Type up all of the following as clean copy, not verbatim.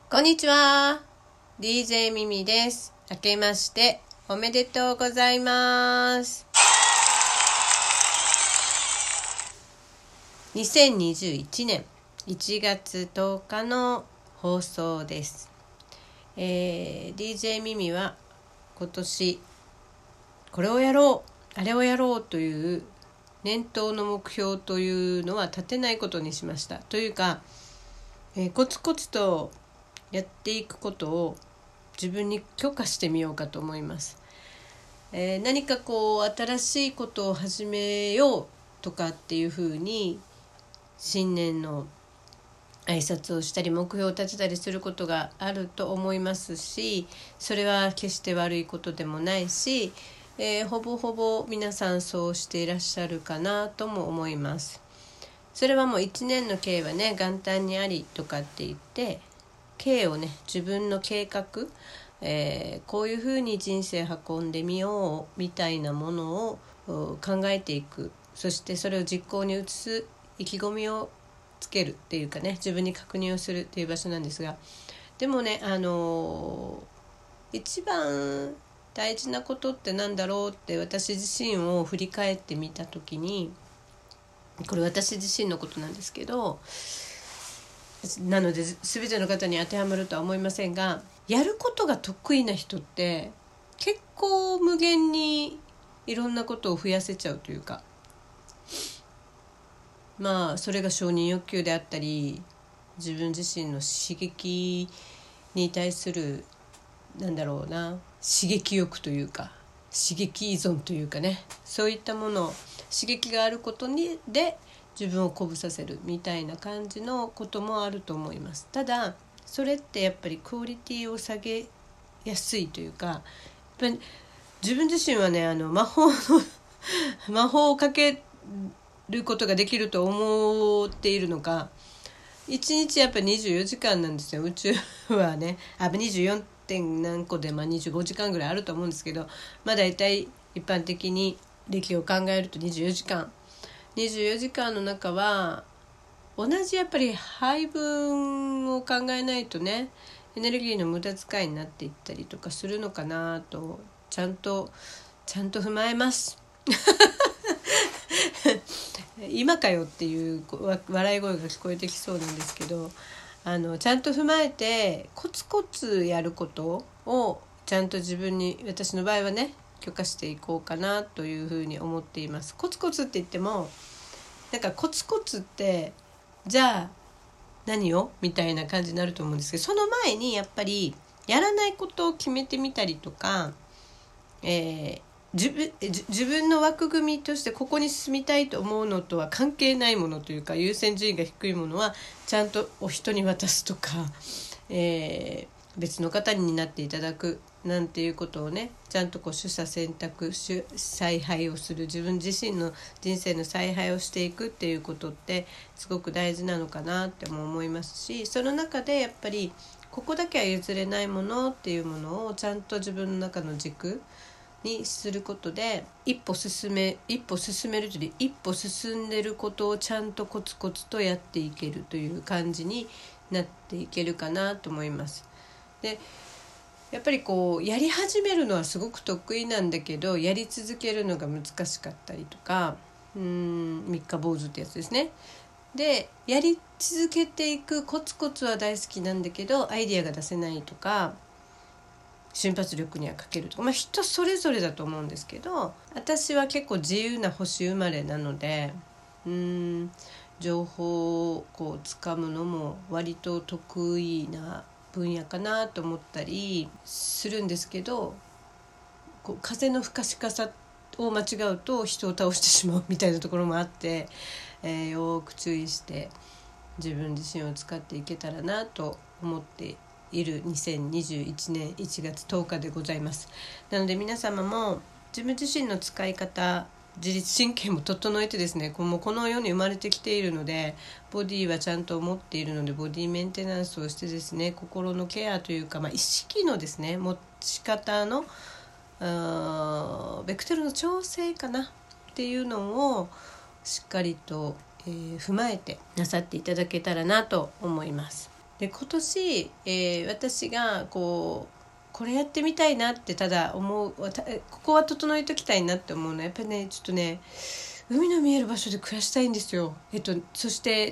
こんにちは。DJ ミミです。明けましておめでとうございます。2021年1月10日の放送です。DJ ミミは今年これをやろう、あれをやろうという年頭の目標というのは立てないことにしました。というか、コツコツとやっていくことを自分に許可してみようかと思います。何か新しいことを始めようとかっていうふうに新年の挨拶をしたり目標を立てたりすることがあると思いますし、それは決して悪いことでもないし、ほぼほぼ皆さんそうしていらっしゃるかなとも思います。それはもう1年の計はね、元旦にありとかって言って計をね、自分の計画、こういうふうに人生運んでみようみたいなものを考えていく。そしてそれを実行に移す意気込みをつけるっていうかね、自分に確認をするっていう場所なんですが、でもね、一番大事なことってなんだろうって私自身を振り返ってみたときに、これ私自身のことなんですけど、なので全ての方に当てはまるとは思いませんが、やることが得意な人って結構無限にいろんなことを増やせちゃうというか、それが承認欲求であったり、自分自身の刺激に対する刺激欲というか刺激依存というかね、そういったもの、刺激があることで自分を鼓舞させるみたいな感じのこともあると思います。ただそれってやっぱりクオリティを下げやすいというか、やっぱり自分自身はね、魔法をかけることができると思っているのか、1日やっぱり24時間なんですよ。宇宙はね、24点何個で25時間ぐらいあると思うんですけど、だいたい一般的に歴を考えると24時間の中は同じやっぱり配分を考えないとね、エネルギーの無駄遣いになっていったりとかするのかなとちゃんと踏まえます今かよっていう笑い声が聞こえてきそうなんですけど、ちゃんと踏まえてコツコツやることをちゃんと自分に、私の場合はね、許可していこうかなというふうに思っています。コツコツって言ってもコツコツってじゃあ何をみたいな感じになると思うんですけど、その前にやっぱりやらないことを決めてみたりとか、自分の枠組みとしてここに進みたいと思うのとは関係ないものというか、優先順位が低いものはちゃんとお人に渡すとか、別の方になっていただくなんていうことをね、ちゃんと取捨選択、采配をする、自分自身の人生の采配をしていくっていうことってすごく大事なのかなっても思いますし、その中でやっぱりここだけは譲れないものっていうものをちゃんと自分の中の軸にすることで一歩進めるというより一歩進んでることをちゃんとコツコツとやっていけるという感じになっていけるかなと思います。でやっぱりやり始めるのはすごく得意なんだけど、やり続けるのが難しかったりとか、三日坊主ってやつですね。でやり続けていくコツコツは大好きなんだけど、アイディアが出せないとか瞬発力には欠けるとか、人それぞれだと思うんですけど、私は結構自由な星生まれなので、情報をつかむのも割と得意な分野かなと思ったりするんですけど、風の吹かし方を間違うと人を倒してしまうみたいなところもあって、よく注意して自分自身を使っていけたらなと思っている2021年1月10日でございます。なので皆様も自分自身の使い方、自律神経も整えてですね、この世に生まれてきているので、ボディはちゃんと持っているので、ボディメンテナンスをしてですね、心のケアというか、意識のですね、持ち方のベクトルの調整かなっていうのをしっかりと、踏まえてなさっていただけたらなと思います。 で今年、私がこれやってみたいなってただ思う、ここは整えときたいなって思うのはやっぱりね、ちょっとね、海の見える場所で暮らしたいんですよ。そして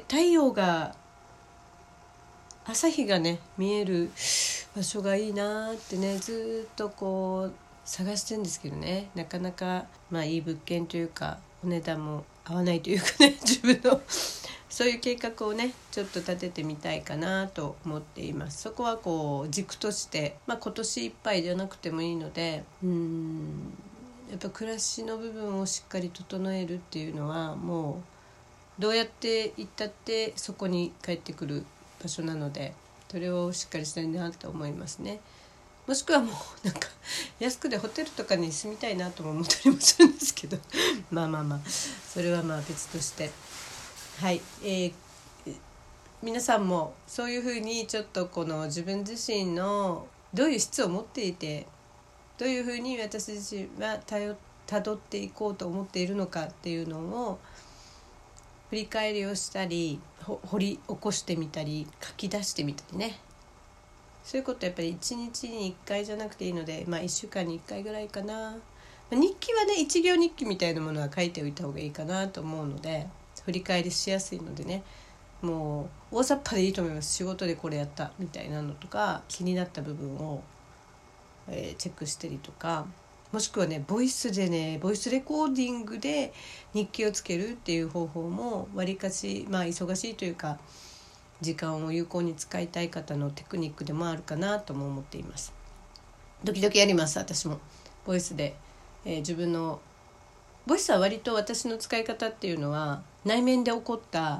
朝日がね見える場所がいいなってね、ずっと探してるんですけどね、なかなかいい物件というかお値段も合わないというかね、自分のそういう計画をねちょっと立ててみたいかなと思っています。そこは軸として、今年いっぱいじゃなくてもいいので、やっぱ暮らしの部分をしっかり整えるっていうのはもうどうやって行ったってそこに帰ってくる場所なので、それをしっかりしたいなと思いますね。もしくはもう安くでホテルとかに住みたいなとも思ったりもするんですけどまあそれは別として、はい、皆さんもそういうふうにちょっと自分自身のどういう質を持っていて、どういうふうに私自身はたどっていこうと思っているのかっていうのを振り返りをしたり、掘り起こしてみたり、書き出してみたりね、そういうことやっぱり1日に1回じゃなくていいので、1週間に1回ぐらいかな。日記はね、一行日記みたいなものは書いておいた方がいいかなと思うので、振り返りしやすいのでね、もう大雑把でいいと思います。仕事でこれやったみたいなのとか、気になった部分を、チェックしたりとか、もしくはねボイスレコーディングで日記をつけるっていう方法もわりかし忙しいというか時間を有効に使いたい方のテクニックでもあるかなとも思っています。時々やります、私もボイスで、自分のボイスは割と私の使い方っていうのは内面で起こった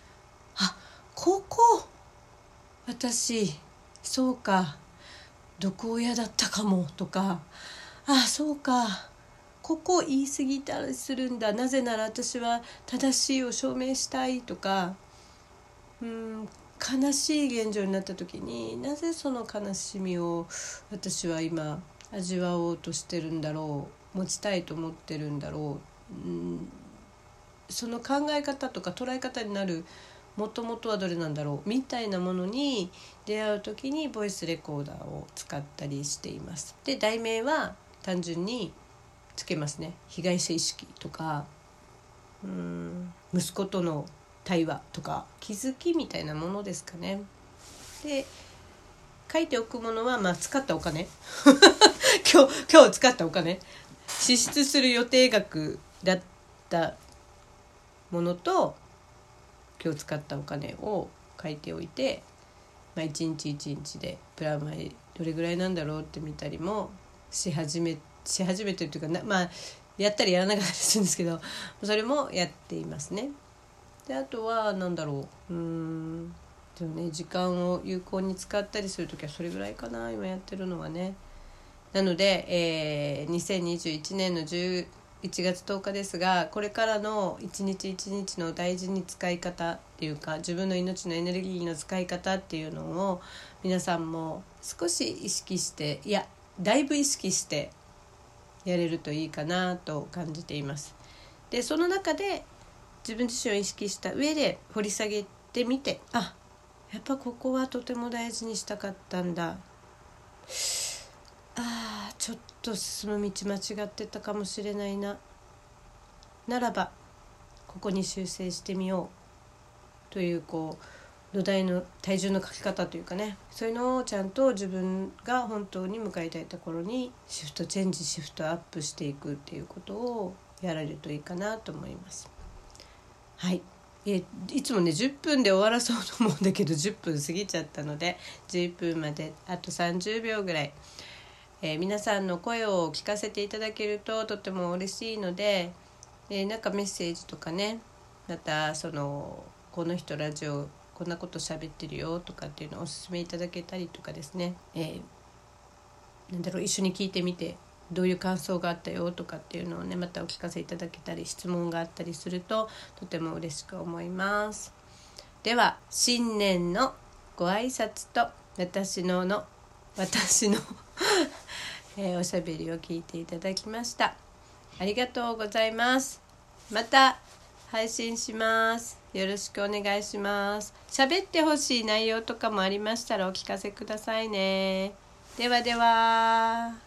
私そうか毒親だったかもとか、そうかここ言い過ぎたりするんだ、なぜなら私は正しいを証明したいとか、悲しい現状になった時になぜその悲しみを私は今味わおうとしてるんだろう、持ちたいと思ってるんだろう、その考え方とか捉え方になるもともとはどれなんだろうみたいなものに出会う時にボイスレコーダーを使ったりしています。で、題名は単純につけますね。被害者意識とか、息子との対話とか気づきみたいなものですかね。で、書いておくものは使ったお金今日使ったお金、支出する予定額だったものと今日使ったお金を書いておいて、一日一日でプラマイどれぐらいなんだろうって見たりもし始めてるというかやったりやらなかったりするんですけど、それもやっていますね。で、あとはでもね、時間を有効に使ったりするときはそれぐらいかな、今やってるのはね。なので、2021年の11月10日ですが、これからの一日一日の大事に使い方っていうか、自分の命のエネルギーの使い方っていうのを皆さんも少し意識して、だいぶ意識してやれるといいかなと感じています。で、その中で自分自身を意識した上で掘り下げてみて、やっぱここはとても大事にしたかったんだ、ちょっと進む道間違ってたかもしれないならばここに修正してみようという土台の体重のかけ方というかね、そういうのをちゃんと自分が本当に向かいたいところにシフトアップしていくっていうことをやられるといいかなと思います。はい、いつもね10分で終わらそうと思うんだけど10分過ぎちゃったので、11分まであと30秒ぐらい、皆さんの声を聞かせていただけるととても嬉しいので、なんかメッセージとかね、またこの人ラジオこんなこと喋ってるよとかっていうのをおすすめいただけたりとかですね、一緒に聞いてみてどういう感想があったよとかっていうのをね、またお聞かせいただけたり質問があったりするととても嬉しく思います。では、新年のご挨拶と私のおしゃべりを聞いていただきました。ありがとうございます。また配信します。 よろしくお願いします。喋ってほしい内容とかもありましたらお聞かせくださいね。ではでは。